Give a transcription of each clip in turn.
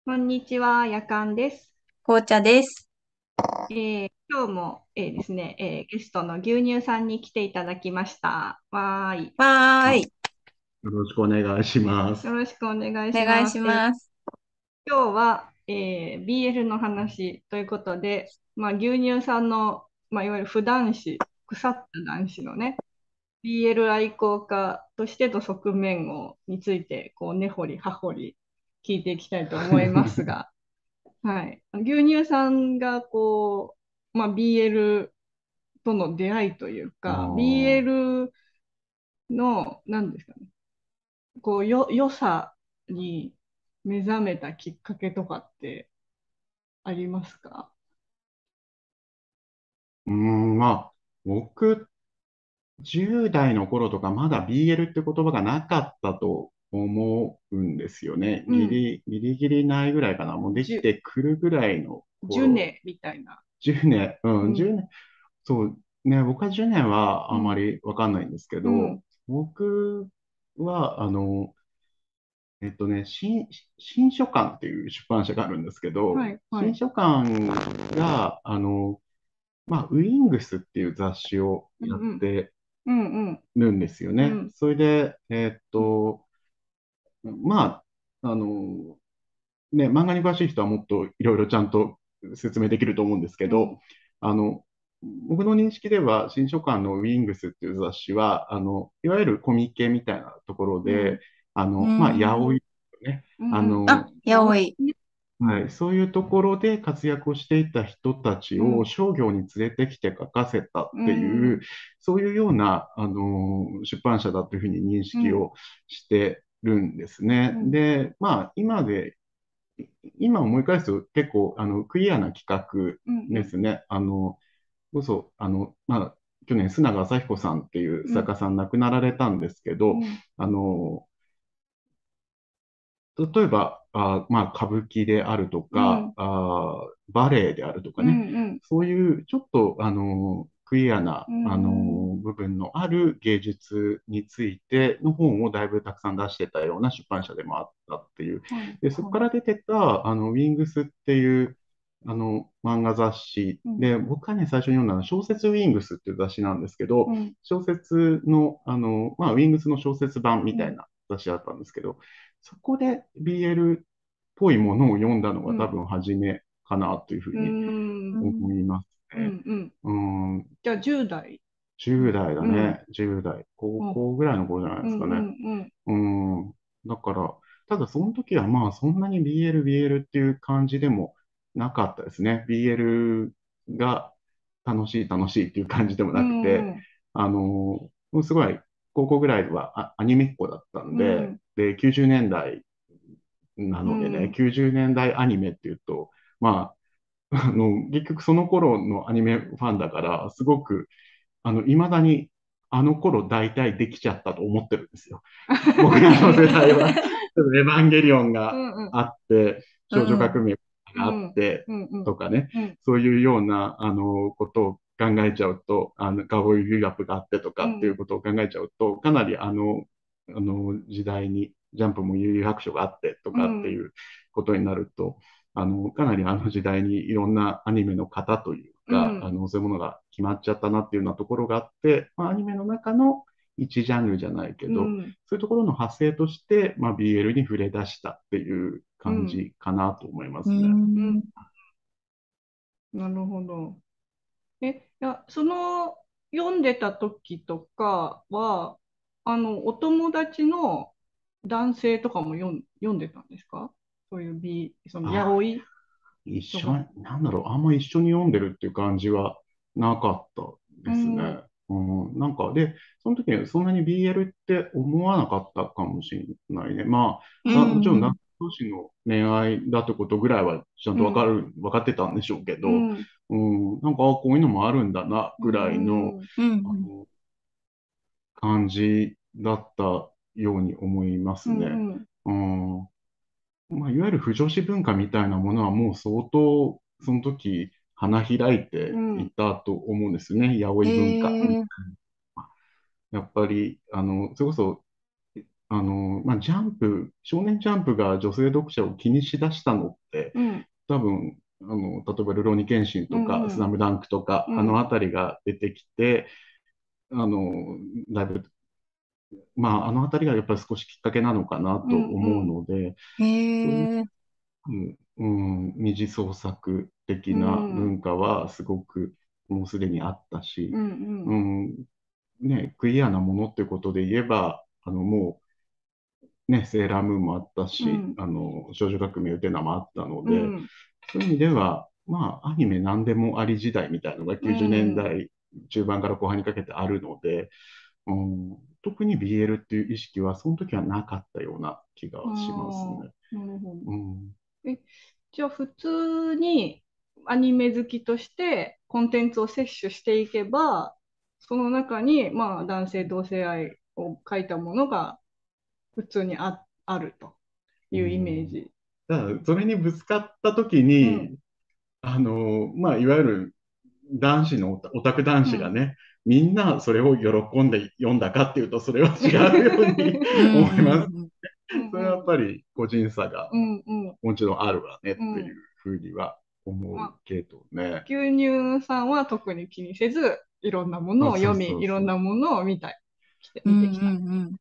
こんにちは、やかんです。 紅茶です。 今日も、ですね、ゲストの牛乳さんに来ていただきました。わーい。 はーい。 よろしくお願いします。 よろしくお願いお願いしします。 ます。 今日は、BL の話ということで、牛乳さんの、いわゆる腐男子、腐った男子のね、BL 愛好家としての側面について、根掘り葉掘り聞いていきたいと思いますが、はい。牛乳さんがBL との出会いというあか、 ー BL の、何ですかね、良さに目覚めたきっかけとかってありますか？ まあ、僕、10代の頃とか、まだ BL って言葉がなかったと思うんですよね。 うん。 ギリギリないぐらいかな。もうできジュ、 てくるぐらいの頃。 ジュネみたいな。 10年、うん、10 うん。 年、そうね、僕は10年はあまうん。 りわかんないんですけど、 うん。 僕は、新書館っていう出版社があるんですけど、 はい、はい。 新書館が、ウィングスっていう雑誌をうん、 やっうん。 てうん、うん。 るんですよね。 うん。 それで、まあ、あの、漫画に詳しい人はもっといろいろちゃんと説明できると思うんですけど、 うん。 あの、僕の認識では、新書館のウィングスっていう雑誌は、いわゆるコミケみたいなところうん。 で、 うー八百ん。 屋ね、 うん。うん。 あ、やおい。 はい、そういうところで活躍をしていた人たちをうん。 商業に連れてきて書かせたっうていう、 ん。 そういうような、出版社だというふうに認うん。 識をしてるんですね。 うん。 で、今思い返すと結構、クリアな企画うん。うん。 ですね。こそ、去年、須永朝彦さんっていう作家さん亡くなられたんですけど、 うん。 あの、例えば、歌舞伎であるとか、 うん。 バレエであるとかうん。 ね、 うん。 そういうちょっと、クリアな、 うん。 部分のある芸術についての本をだいぶたくさん出してたような出版社でもあったっていう。 はい。 で、そこかはい。 ら出てた、ウィングスっていう、漫画雑誌うん。 で、僕がね、最初に読んだのは小説ウィングスっていう雑誌なんですけど、 うん。 小説の、ウィングスの小説版みうん。 たいな雑誌だったんですけど、そこで BL っぽいものを読んだのうん。 が多分初めかなというふううにん。 思いますね。 うん。うん。 うん、 じゃあ、10代。う 10 ん。 代だうん。 ね。10代。高あ、 校ぐらいの頃じゃないうん。 ですかね。 うん。うん。 うん。だから、ただその時はまあそんなに BL っていう感じでもなかったですね。BL が楽しいっていう感じでもうなくて、 ん。 もうすごい高校ぐらいはアニメっ子だったんで、 うん。 で、90年代なのでね、 うん。 90年代アニメっていうと、結局その頃のアニメファンだから、すごく、未だにあの頃大体できちゃったと思ってるんですよ。僕らの世代は、エヴァンゲリオンがうん。うん。 あって、少女うん。 革命があっうん。 て、 うん。うん。 とかね、 うん。 そういうような、ことを考えちゃうと、カウボーイビバップがあってとかっていううん。 ことを考えちゃうと、かなり時代にジャンプも悠々白書があってとうん。 かっていうことになると、かなりあの時代にいろんなアニメの型というか、 うん。 そういうものが決まっちゃったなっていうようなところがあって、アニメの中の一ジャンルじゃないけど、 うん。 そういうところの派生として、BL に触れ出したっていううん。 感じかなと思いまうーすね。 うん。 ん。 なるほど。その読んでた時とかは、お友達の男性とかも読んでたんですか？そういうその、 ああ、 八一百とか。 緒に、なんだろう、あんま一緒に読んでるっていう感じはなかったうですん。 ね。うん、なんか、で、その時にそんなに BL って思わなかったかもしれないね。 うもちろん男ん。 同士の恋愛だってことぐらいはちゃんうん。 と分かってたんでしょうけど、 うん。 なんか、こういうのもあるんだな、 うぐらいの、 ん。 うん。 あの感じだったように思いまうすね。 ん。うん。 うん。いわゆる不女子文化みたいなものはもう相当、その時、花開いていうん。 たと思うんですね。八百へ文化。 え。 やっぱり、それこそ、 ジャンプ、少年ジャンプが女性読者を気にしだしたのって、 うん。 多分、例えば、ルローニケンシンうとか、スラん。 ムダンクとか、 うん。 あたりが出てきて、あの、だいぶ、あのあたりがやっぱり少しきっかけなのかなうん。 と思ううん。 ので、 へそういう、 え。 二次創作的うなん。 文化はすごくもうすでにあったし、 うん。 うん、ね、クイアなものってことで言えば、もうね、セーラームーンもあったし、 うん。 少女革命ウテナもあったので、 うん。 そういう意味では、アニメ何でもあり時代みたいなのがう 90年ん。 代中盤から後半にかけてあるので、特に BL っていう意識はその時はなかったような気があしますあ、 ね。 なるほど。 うん。 え、じゃあ普通にアニメ好きとしてコンテンツを摂取していけば、その中にまあ男性同性愛を書いたものが普通にあるとういうイメーん。 ジ。 だからそれにぶつかった時うん。 に、いわゆる男子のオタク男うん。 子がね、みんなそれを喜んで読んだかっていうと、それは違うようにうん思います。 うんうそれはやっん。 ぱり個人差がうん。うん。 もちろんあるわねっうん。 ていうふうには思うまあ、 けどね。 牛乳さんは特に気にせず、いろんなものあ、そうを読み、 そうそう。 いろんなものをうん。 見てきた。 うんうん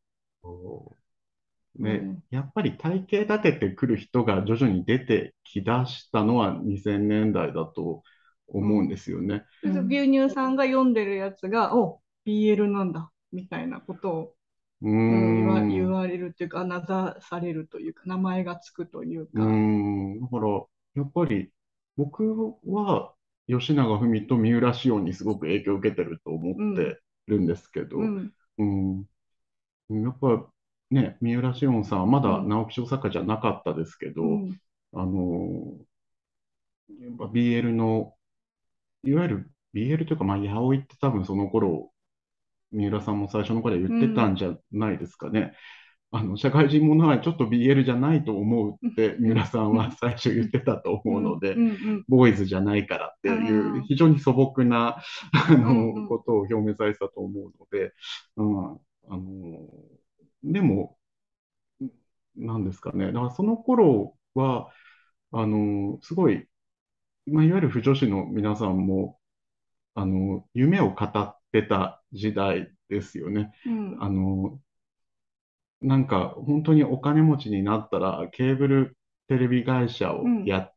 ね、 うん。 やっぱり体系立ててくる人が徐々に出てきだしたのは2000年代だと思うんでうん。 すよね。 そうするとうん。 牛乳さんが読んでるやつが、BL なんだ、みたいなことを、 うー言ん。 われるというか、名指されるというか、名前がつくといううーか。 だから、やっぱり僕は吉永文と三浦紫音にすごく影響を受けてると思っうん、 てるんですけど、 うん、 うん、やっぱね、三浦紫音さんはまうん、 だ直木賞作家じゃなかったですけど、 うん、 あの、やっぱ BL の、いわゆる BL というか、八百って多分その頃、三浦さんも最初の頃は言ってたうん、 んじゃないですかね。社会人ものはちょっと BL じゃないと思ううん、 って三うん、 浦さんうん、 は最初言ってたと思うので、 うん、うん、 ボーイズじゃないからってあいうあ、 非常に素朴なうん、うん、 ことを表明されてたと思うので、うん、でも、なんですかね。だからその頃は、すごい、いわゆる腐女子の皆さんも、夢を語ってた時代ですよね。 うん、 あの、なんか本当にお金持ちになったらケーブルテレビ会社をうん、 やって、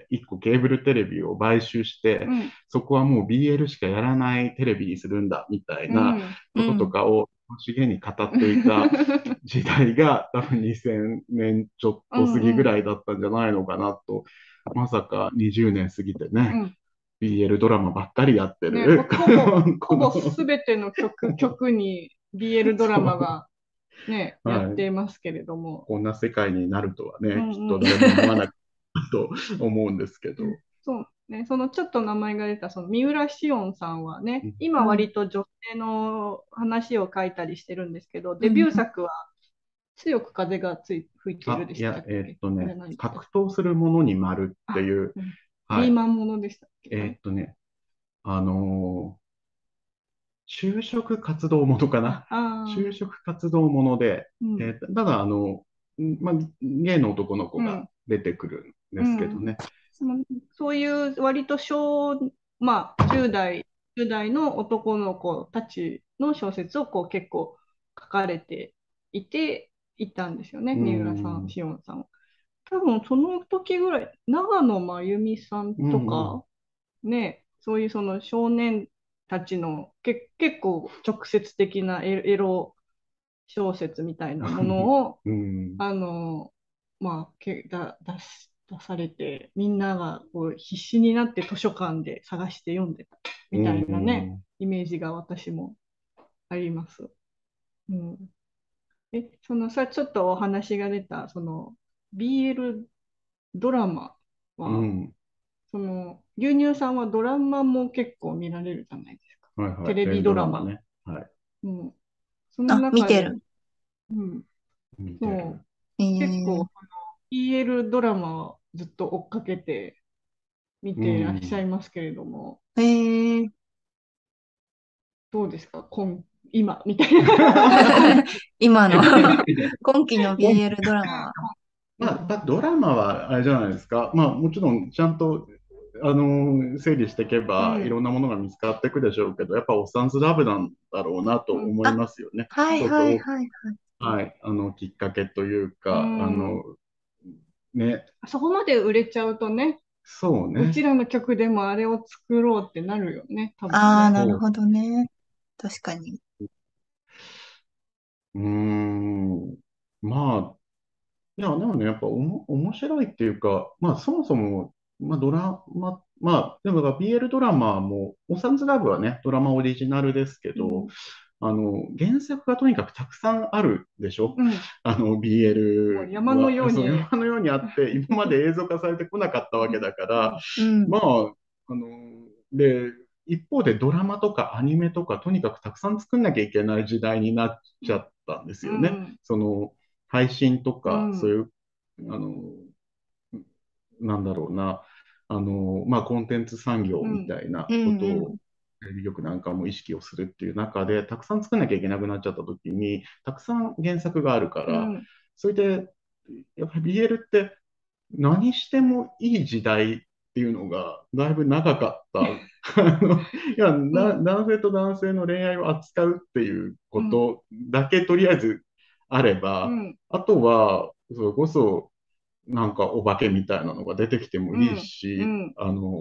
一個ケーブルテレビを買収して、 うん、 そこはもう BL しかやらないテレビにするんだみたいなうん、 こととかを楽しげに語っていた時代が多分2000年ちょっうん、 と過ぎぐうん、 らいだったんじゃないのかなと、まさか20年過ぎてね、 うん。 BL ドラマばっかりやってね、 る、 ほぼこの、 すべての曲に BL ドラマそがね、 う、 やっはい。 てますけれども。 こんな世界になるとはね、きっうんうん。 と誰も思わなかったと思うんですけど。 そうね、そのちょっと名前が出たその三浦紫音さんはね、 うん、 今うん。 割と女性の話を書いたりしてるんですけど、デビューうん。 作は強く風が吹いているでいや、 したっけ？じゃないですか。 格闘する者に丸ってあ、 いう、 うん、 はい。 リーマンものでしたっけ、あれ。 あの就職活動ものかな。就あ職活動もので、 ー、うん、 ただ、ゲイの男の子がうん、 出てくるんですけどうん。 ね。 そういう割とまあ、10代の男の子たちの小説をこう結構書かれていたんですよね、 う三浦さん、 ん、 しおんさんは。多分その時ぐらい、長野真由美さんうん、うん、 とか、ね、そういうその少年たちの結構直接的なエロ小説みたいなものを、 うん、 あの、まあ、出されて、みんながこう必死になって図書館で探して読んでたうみたいなね、 ん、 イメージが私もあります。うん、そのさ、ちょっとお話が出た、その BL ドラマは、 うん、 牛乳さんはドラマも結構見られるじゃないですか。 はいはい、 テレビレンドドラマ。 ラマね。はい。 うん、そのあ、見中で、 てる。 うん、 見てる。 そう、結構 BL ドラマをずっと追っかけて見うていらっしゃん。 いますけれども、 えー、 どうですか今みたいな。 今の今期の BL ドラマは。 まあ、ドラマはあれじゃないですか。まあ、もちろんちゃんと、整理していけば、いろんなものが見つかっていくでしょうけど、やっぱおっさんずラブなんだろうなと思いあ、 ますよね。 はい一つはいはいはい。 はい、きっかけといううか、 ん、 ね、 そこまで売れちゃうとね、うちそうね、 らの曲でもあれを作ろうってなるよね、多分ああ、 ね。 なるほどね。確かに。 うーん、まあ、いや、でもね、やっぱ面白いっていうか、まあ、そもそも、まあ、ドラマ、まあ、でも、BL ドラマも、オサンズラブはね、ドラマオリジナルですけど、 うん、 原作がとにかくたくさんあるでしょ。 うん、もう BL 山のよは、そう、 うに。 山のようにあって、今まで映像化されてこなかったわけだから、 うん。 まあ、で、一方でドラマとかアニメとか、とにかくたくさん作んなきゃいけない時代になっちゃったんですよね。 うん、 配信とか、そううん、 いう、あの、なんだろうな、まあ、コンテンツ産業うん、 みたいなうんことを、 うん。 テレビ局なんかも意識をするっていう中で、たくさん作んなきゃいけなくなっちゃった時に、たくさん原作があるから、 うん、 それで、やっぱり BL って何してもいい時代っていうのがだいぶ長かった。 うん、 男性と男性の恋愛を扱うっていううん、 ことだけとりあえずあれば、 うん、 あとは、それこそ、なんかお化けみたいなのが出てきてもいいうん、うし、 ん、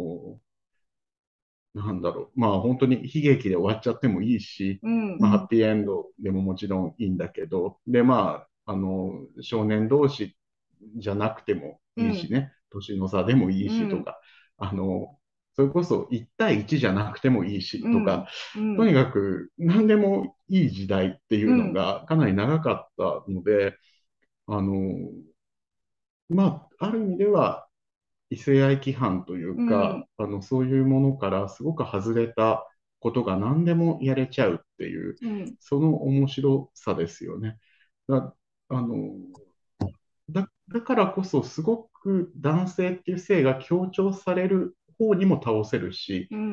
なんだろう、まあ本当に悲劇で終わっちゃってもいいし、 うん、 まあハッうん。 ピーエンドでももちろんいいんだけど、でまあ、少年同士じゃなくてもうん、 いいしね、年の差でもいいうん、 しとか、それこそ1対1じゃなくてもいいしとか、 うん、 とにかく何でもいい時代っていうのうん、 がかなり長かったので、あの、まあ、ある意味では異性愛規範というか、 うん、 そういうものからすごく外れたことが何でもやれちゃうっていう、 うん、 その面白さですよね。だ、あの、だからこそ、すごく男性っていう性が強調される方にも倒せるし、 うん、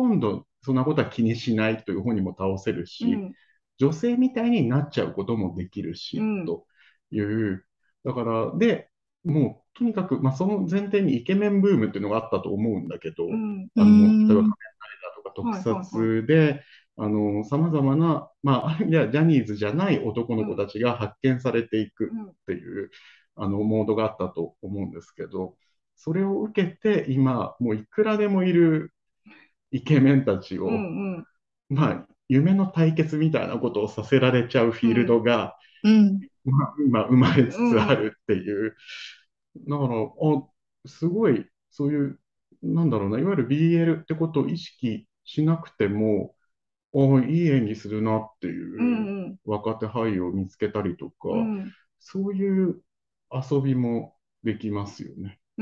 ほとんどそんなことは気にしないという方にも倒せるし、 うん、 女性みたいになっちゃうこともできるし、 うん、 という、だから、で、もうとにかく、まあ、その前提にイケメンブームっていうのがあったと思うんだけど、 うん、 うもう例えば仮面ライん。 ダーとか特はいはいはい。 撮で、さまざまな、まあ、いや、ジャニーズじゃない男の子うん、 たちが発見されていくうん、 っていう、モードがあったと思うんですけど、それを受けて、今、もういくらでもいるイケメンたちうを、 ん、 まあ、夢の対決みたいなことをさせられちゃうフィールうん、 ドが、 うん。 まあ、今生まれつつあうん、 るっていう。だから、すごい、そういう、なんだろうな、いわゆる BL ってことを意識しなくても、いい演技するなってういうん、 若手俳優を見つけたりとか、 うん、 そういう遊びもできますよね。 うん、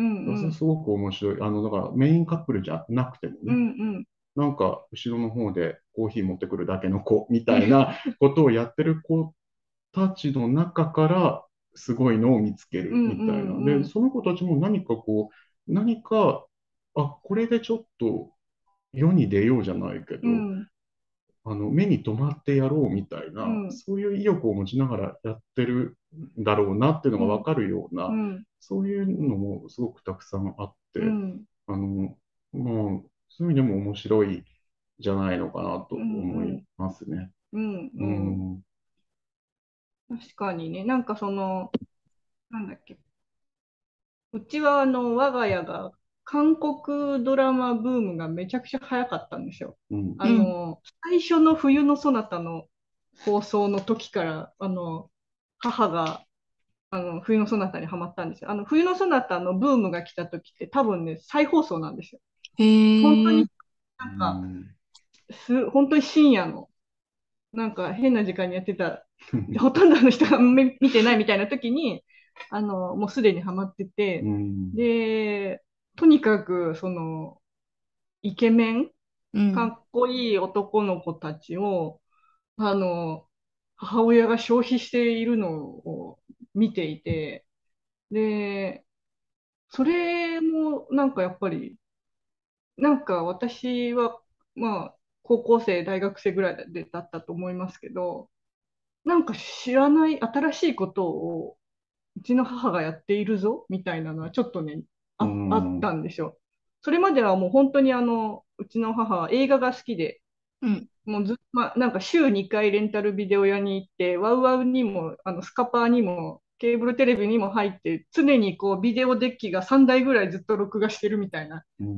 すごく面白い。だからメインカップルじゃなくてもね、 うん、うん、 なんか後ろの方でコーヒー持ってくるだけの子みたいなことをやってる子たちの中からすごいのを見つけうん、 るみたいな。で、 うん、 その子たちも何か、これでちょっと世に出ようじゃないけど、 うん、 目に留まってやろうみたいな、 うん、 そういう意欲を持ちながらやってるんだろうなっていうのがわかるような、 うん、 そういうのもすごくたくさんあって、 うん、 あの、まあ、そういう意味でも面白いじゃないのかなとうん、 思いますね。 うん、 ううん、 ん。 確かにね、なんかその、なんだっけ、うちは我が家が韓国ドラマブームがめちゃくちゃ早かったんですよ。 うん。 うん。 最初の冬のソナタの放送の時から、母が冬のソナタにハマったんですよ。冬のソナタのブームが来た時って多分ね、再放送なんですよ。本当へえ。 にうなんか、 ん。 本当に深夜の、なんか変な時間にやってた、ほとんどの人が見てないみたいな時に、もうすでにハマってうて、 ん。 で、とにかく、イケメン、 うん。 かっこいい男の子たちを、母親が消費しているのを見ていて、で、それもなんかやっぱり、なんか私は、まあ、 高校生、大学生ぐらいだったと思いますけど、なんか知らない新しいことをうちの母がやっているぞみたいなのはちょっとね、 うあっん。 たんですよ。それまではもう本当にうちの母は映画が好きで、 うん。 もうまあ、なんか週2回レンタルビデオ屋に行って、ワウワウにも、スカパーにも、ケーブルテレビにも入って、常にこうビデオデッキが3台ぐらいずっと録画してるみたいなうん。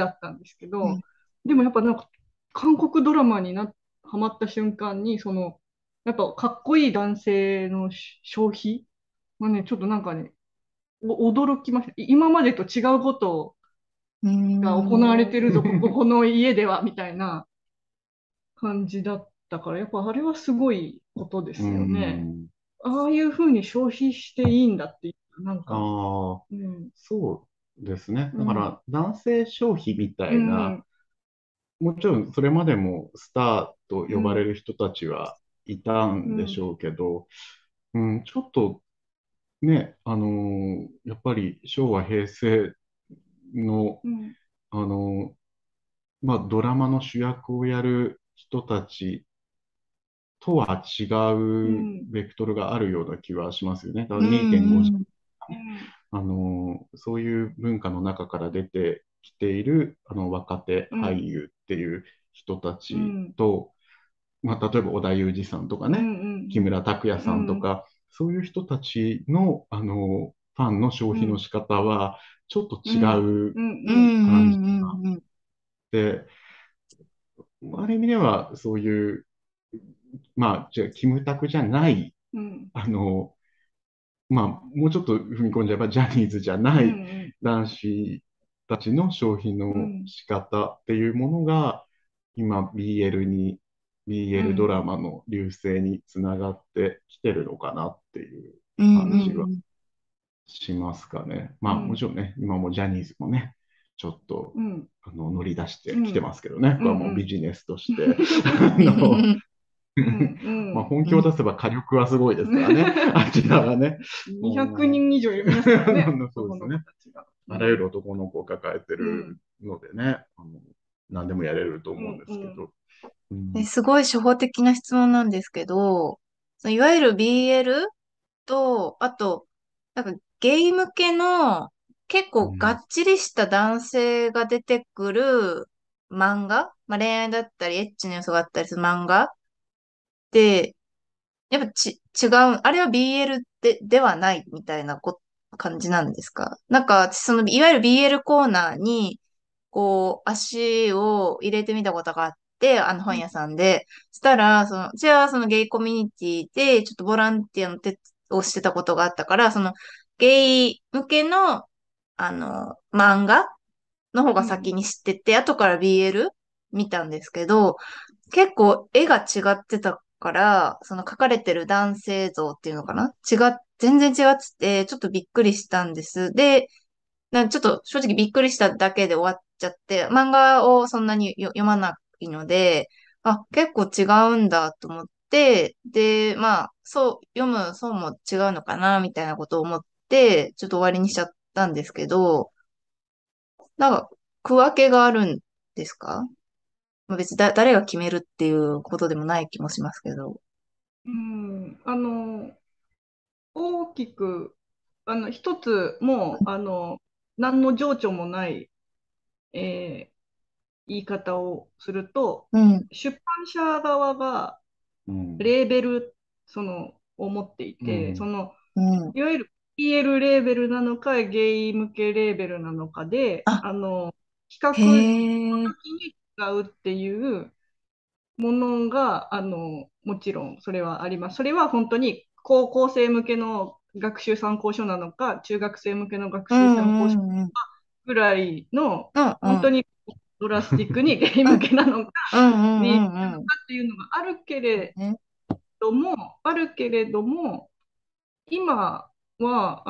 家だったんですけど、 うんでもやっぱなんか、韓国ドラマにハマった瞬間に、やっぱかっこいい男性の消費がね、ちょっとなんかね、驚きました。今までと違うことうが行われてるぞ、 ん。 この家では、みたいな感じだったから、やっぱあれはすごいことでうすよね。 ん。 ああいうふうに消費していいんだっていう、なんか、 ああ、 うん、 そうですね。 うん、 だから男性消費みたういな、 ん、 もちろんそれまでもスターと呼ばれうん、 る人たちはいたうん、 んでしょうけど、うん、ちょっとね、やっぱり昭和、平成の、 うん、 あのーまあ、ドラマの主役をやる人たちとは違ううん、 ベクトルがあるような気はしますよね。だからうん。 2.5次、 うん。 うん、 そういう文化の中から出てきている若手うん、 俳優っていう人たちうん、 と、まあ、例えば織田裕二さんとかうん、 ね、 うん、 木村拓哉さんとうん、 か、そういう人たちの、ファンの消費のうん、 仕方はちょっとうん、 違ううん、 うん。 うん、 感じうん。うん。 で、ある意味ではそういう、まあ、じゃあ、キムタクじゃない、 うん、 あの、まあ、もうちょっと踏み込んじゃえば、ジャニーズじゃなういん、 男子たちの消費のうん、 仕方っていうものが、今、 う BL ドん、 ラマの隆盛につながってきてるのかなっていううん。 感じはうん。 しますかね。まあ、もちうん、 ろんね、今もジャニーズもね、ちょっと、 うん、 乗り出してきてうん、 ますけどね。これはもうビうん、 ジネスとして、 うん。 うん、うまあ、 ん、 本気を出せば火力はすごいですからね。 うんあちらはね。 200 うん。 人以上いますからね、男の子そうですね。 たちが。うあらゆるん、 男の子を抱えてるうん、 のでね、何でもやれると思うんうん、うん、 ですけど。うん。 すごい初歩的な質問なんですけど、いわゆる BL と、あと、なんかゲーム系の結構がうん。 っちりした男性が出てくる漫画、まあ、恋愛だったりエッチな要素があったりする漫画って、やっぱ違う、あれは BL ではないみたいな感じなんですか？なんか、いわゆる BL コーナーに、こう、足を入れてみたことがあって、本屋さんで。したら、じゃあそのゲイコミュニティで、ちょっとボランティアのをしてたことがあったから、ゲイ向けの、漫画の方が先うん、 に知ってて、後から BL 見たんですけど、結構絵が違ってたから、その描かれてる男性像っていうのかな全然違ってて、ちょっとびっくりしたんです。で、ちょっと正直びっくりしただけで終わっちゃって、漫画をそんなに読まないので、あ、結構違うんだと思って、で、まあ、読む層も違うのかな、みたいなことを思って、ちょっと終わりにしちゃったんですけど、なんか、区分けがあるんですか？まあ、別に誰が決めるっていうことでもない気もしますけど。 うん、大きく、一つもう、何の情緒もない、えー言い方をすると、 うん、 出版社側がうん。 レーベル、を持っていて、 うん。 うん。 いわゆる PL レーベルなのか、ゲイ向けレーベルなのかで、 あ、 企へ画のえ、 時に使うっていうものが、もちろんそれはあります。それは本当に高校生向けの学習参考書なのか、中学生向けの学う習参考書ん、うん、うん、 ぐらいの、 うん、うん、 本当にドラスティックにゲイ向うん、 けなのか、 うん、 ビールうん、うん。 なのかっていうのがね。 あるけれども、今は、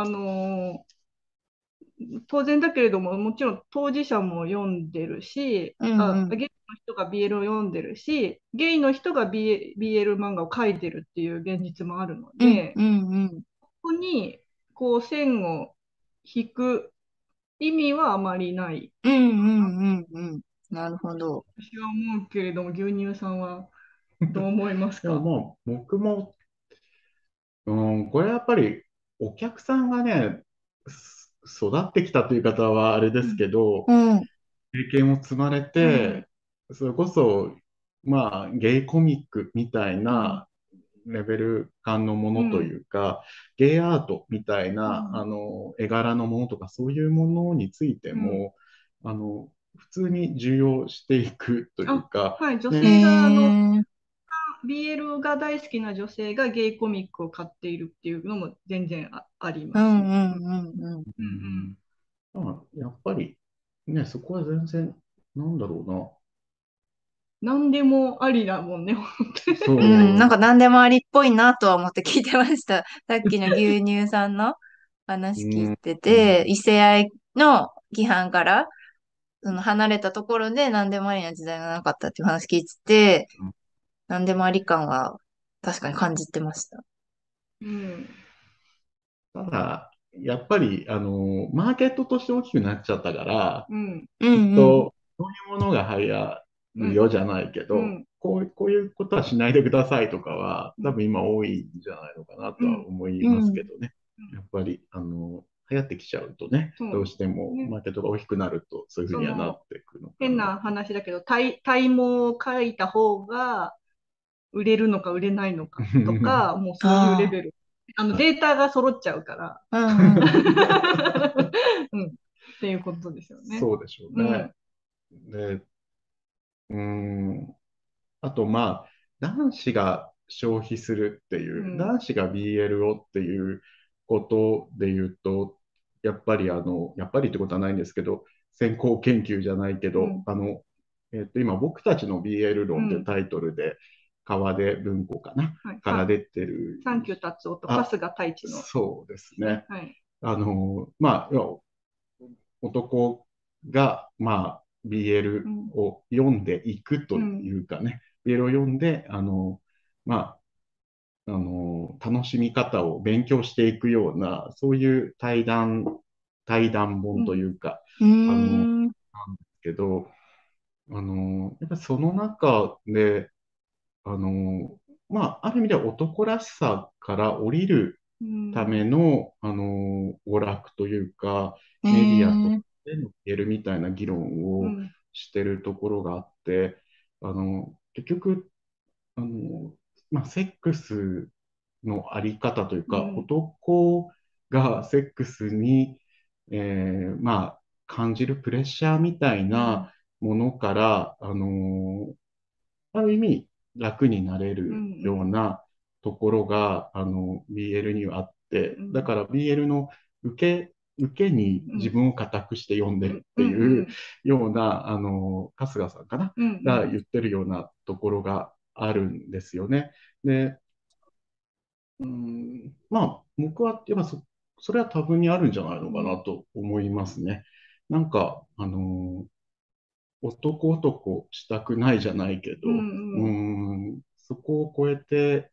当然だけれども、もちろん当事者も読んでるし、 うん、うん、 ゲイの人が BL を読んでるし、ゲイの人が BL 漫画を描いてるっていう現実もあるのうん、 で、 うん、うん。 ここにこう線を引く意味はあまりない。 うん、うん、うん、うん。 なるほど。 私は思うけれども、牛乳さんはどう思いますでもか？ もう、僕も、これやっぱり、お客さんがね、育ってきたという方はあれですうんけど、 うん。 経験を積まれうんて、それこそ、まあ、ゲイコミックみたいうんなレベル感のものとうんいうか、ゲイアートみたいな、 うん絵柄のものとか、そういうものについてうんも、普通に受容していくというあ、 か、 はい、女へね、 性がえ。 BL が大好きな女性がゲイコミックを買っているっていうのも全然ありうますね。うんんうんうんうん。 ううんん、まあ、やっぱり、ね、そこは全然、なんだろうな。 何でもありだもんね、本当に。 うん、なんそう、 か何でもありっぽいなとは思って聞いてました。さっきの牛乳さんの話聞いうん、 てうん、 て、異性愛の規範からその離れたところで何でもありな時代がなかったっていう話聞いてて、何でもあり感は確かに感じてました。 うんただ、やっぱり、マーケットとして大きくなっちゃったから、 うんうきっんうん。 と、そういうものが流行うんるよじゃないけど、 うんこういうことはしないでくださいとかは、 うん多分今多いんじゃないのかなとはうん思いますうん。 けどね。やっぱり、流行ってきちゃうとね、 そうどうしてもね。 マーケットが大きくなると、そういうふうにはなそのっていくのかな。 変な話だけど、体毛を描いた方が売れるのか売れないのかとか、もうそういうレあベル。データが揃っちゃうから。 あ。うんうん。 うん、っていうことですよね。 そうでしょうね。 うん。 で、うーん、あと、まあ、男子が消費するっていう、 うん。 男子が BL をっていうことで言うと、やっぱりってことはないんですけど、先行研究じゃないけど、 うん。 今、僕たちの BL 論といううん。 タイトルで、川出文庫かな、 はい。 から出てる、 サンキュー達夫とあ、 春日太一のそうですですね。 ね。 はい。 まあ、要は男が、まあ、 う BL ん。 を読んでいくとうん。 いうかね、BL を読んで、ま楽しみ方を勉強していくような、そういう対談本とうん。 いうか、 うーあの、 ん。 けど、やっぱりその中で、まあ、ある意味では男らしさから降りるうためん。 の、娯楽というか、 えメディアとしー、 ての言えるみたいな議論をうん。 してるところがあって、結局、あの、まあ、セックスのあり方というか、 うん。 男がセックスに、まあ、感じるプレッシャーみたいうん。 なものから、ある意味楽になれうるようん。 なところが、BL にはあって、 うん。 だから BL の受けにうん。 自分を固くして読んでるっうん。うていうん。 ような、春日さんかな、 うん。うん。 が言ってるようなところがあるんですよね。で、まあ、僕はやっぱそれは多分にあるんじゃないのかなと思いますね。なんか、男したくないじゃないけうん。 ど、 うん。 そこを超えて、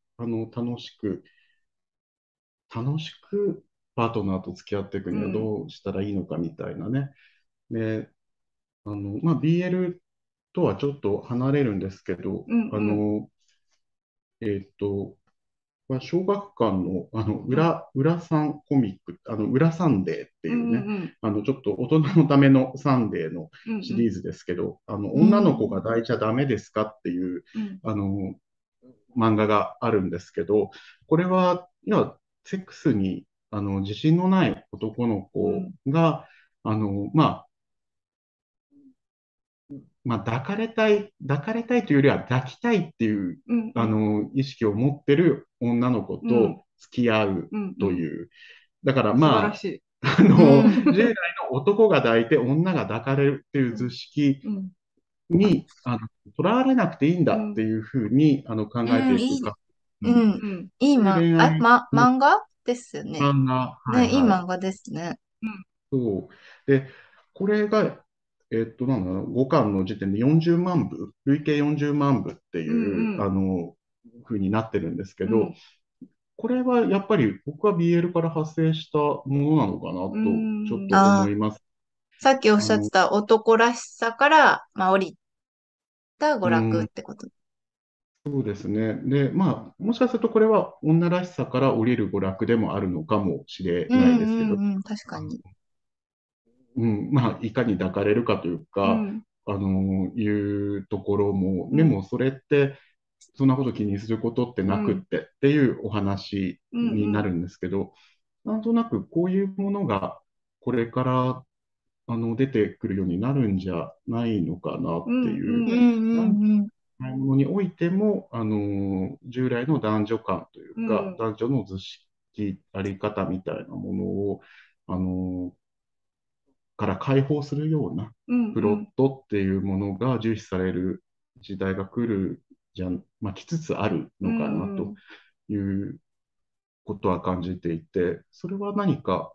楽しくパートナーと付き合っていくにはうん。 どうしたらいいのかみたいなね。で、まあ、BL とはちょっと離れるんですけど、 うん。 えっと、まあ小学館の、 うん。 裏サンコミック、裏サンデーってうん。 いうね、 うん。 ちょっと大人のためのサンデーのうん。 シリーズですけど、 う女の子がん。 抱いちゃダメですかっていう、 うん。 あの、漫画があるんですけど、これは、セックスに、自信のない男の子うん。 が、まあ、まあ、抱かれたいというよりは抱きたいっていう、 うん。うん。 意識を持ってる女の子うん。 と付き合ううん。うん。 という。だから素晴らましい。 あ、 うん。 従来の男が抱いて女が抱かれるっていう図式うん。 に、とらわれなくていいんだうん。 っていうふうに、考えてうん、いい、 いくか、うん、 うん。 うん。 いいそういう恋愛の漫画ですよね。 漫画、はいね、いいはい。 漫画ですね。 そう。で、これが、なんだろう、5巻の時点で40万部、累計40万部ってうん。 いう、 うん。 ふうになってるんですけど、 うん。 これはやっぱり僕は BL から派生したものなのかなうと、ちょっん。 とああ、 思います。 さっきおっあの、 しゃってた男らしさから、降りた娯楽っうん、 てこと。 そうですね。で、まあ、もしかするとこれは女らしさから降りる娯楽でもあるのかもしれうんないですけど、 うんうん、確かに。 うん、まあ、いかに抱かれるかというか、 うん、 いうところも、 うん、 でもそれって、そんなこと気にすることってなくっうん、 てっていうお話うん、うん、 になるんですけど、なんとなくこういうものがこれから出てくるようになるんじゃないのかなうん、 っていう、 うんううん、 なんんうん。 買い物においても、従来の男女観というか、 うん、 男女の図式、あり方みたいなものを、あのから解放するようなうん、 プロットっていうものが重視される時代が来るじゃん、まあ、来つつあるうのかなとん、 いうことは感じていて、それは何か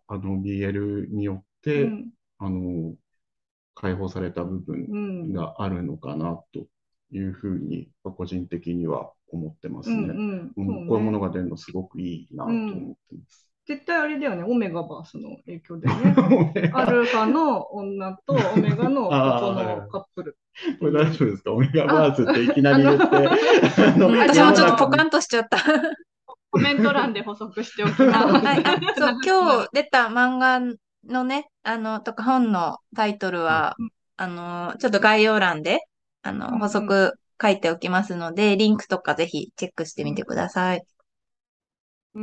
BL によってうん、 あの解放された部分うん、 があるのかなというふうに個人的には思ってまうん、 すね。 うん、 うん、こういうものそうね。 が出るのすごくいいなうん。 と思ってます。 絶対あれだよね、オメガバースの影響だよね。アルファの女とオメガのああ、 男のはいはい。 カップルってこれ大いう。 丈夫ですか？オメガバーあ、 スっていきなあの、 り言って、 うん、私世じゃあ、 もちょっとポの中に、 カンとしちゃった。 コメント欄で補足しておきます。 はい。あ、そう、 長くなる。 今日出た漫画のね、とか本のタイトルはい、 は、ちょっと概要欄で、 うん補うん足書いておきますので、リンクとかぜひチェックしてみてうんください。 うん。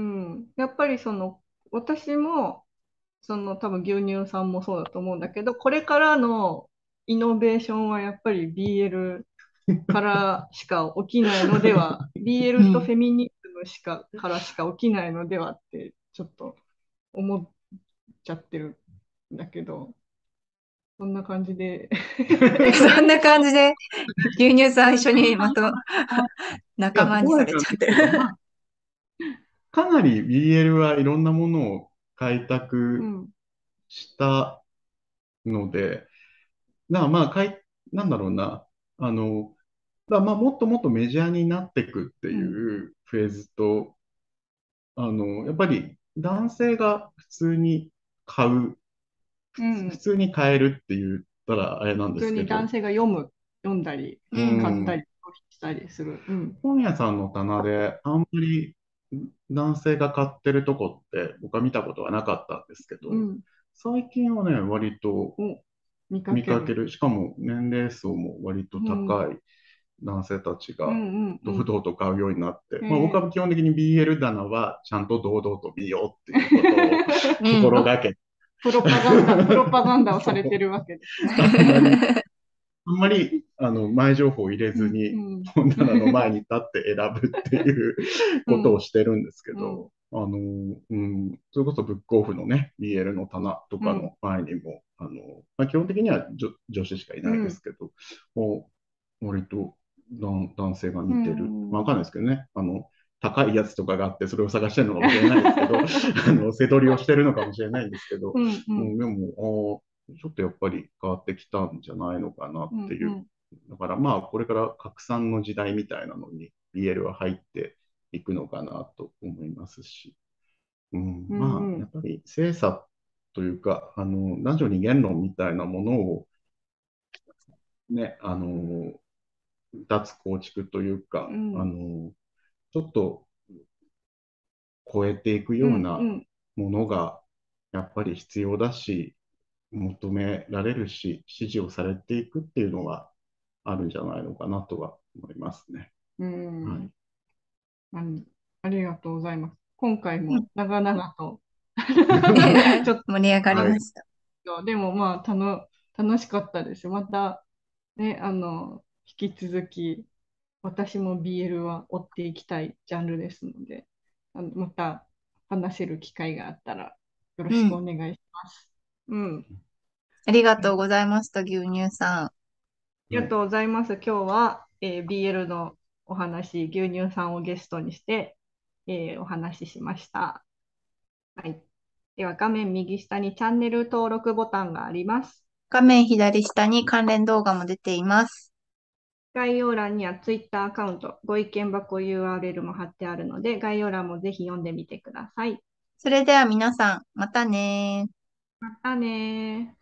やっぱり私も、多分牛乳さんもそうだと思うんだけど、これからのイノベーションはやっぱり BL からしか起きないのでは、 う BL とフん。 ェミニズムからしか起きないのではって、ちょっと思っちゃってるんだけど、そんな感じでそんな牛乳さんは、 感じで、牛乳さん一緒にいや、 仲間にさそうじゃないれちゃってる。 けど、まあ、かなり BL はいろんなものを開拓うん、 したので、まあ、なんだろうな、まあ、もっともっとメジャーになっていくってうん、 いうフェーズと、やっぱり男性が普通に買う、普うん。 通に買えるって言ったらあれなんで普通すけど、 に男性が読んだり、 ううん。 買ったりん、 したりする。うん、 本屋さんの棚であんまり男性が買ってるとこって僕は見たことはなかったんですけど、 うん。 最近はね、割とを見かける。 見かける。しかも年齢層も割とうん、 高い男性たちがうん、うん、うん。 堂々と買うようになって、まあ、僕えーは基本的に BL 棚はちゃんと堂々と見ようっていうことをう心ん。 がけて、 プロパガンダをされそう、 てるわけですね。 あんまり、あんまり前情報を入れうん、うずにん、 本棚の前に立って選ぶっていううん、 ことをしてるんですけうん、 ど、それこそブックオフのね、BL の棚とうん、 かの前にも、まあ、基本的には女子しかいないですうん、 けど、もう割と男性がう見てる。まあ、わん、 かんないですけどね。高いやつとかがあって、それを探してるのかもしれないですけど、背取りをしてるのかもしれないんですけど、 うん、うん、 でも、ちょっとやっぱり変わってきたんじゃないのかなうん、 っていう。 うん、 だからまあ、これから拡散の時代みたいなのに BL は入っていくのかなと思いますし、 うん、 まあ、 うん、 やっぱり性差というか、男女二元論みたいなものをね、脱構築というか、 うん、 ちょっと超えていくうん、うようなん、 ものがやっぱり必要だし、求められるし、支持をされていくっていうのはあるんじゃないのかなとは思いますね。 うはい。 ん、ありがとうございます。今回うん。 も長々とちょっ盛り上がりはい。 ました。 と、でもまあ、楽しかったです。また、ね、引き続き、私も BL は追っていきたいジャンルですので、また話せる機会があったらよろしくうん。 お願いします。うん。 ありがとうはい。 ございました、牛乳さん。 はい。 ありがとうございます。今日は、BL のお話、牛乳さんをゲストにして、お話ししました。はい。では、画面右下にチャンネル登録ボタンがあります。 画面左下に関連動画も出ています。 概要欄には Twitter アカウント、ご意見箱 URL も貼ってあるので、概要欄もぜひ読んでみてください。 それでは皆さん、またねー。 またねー。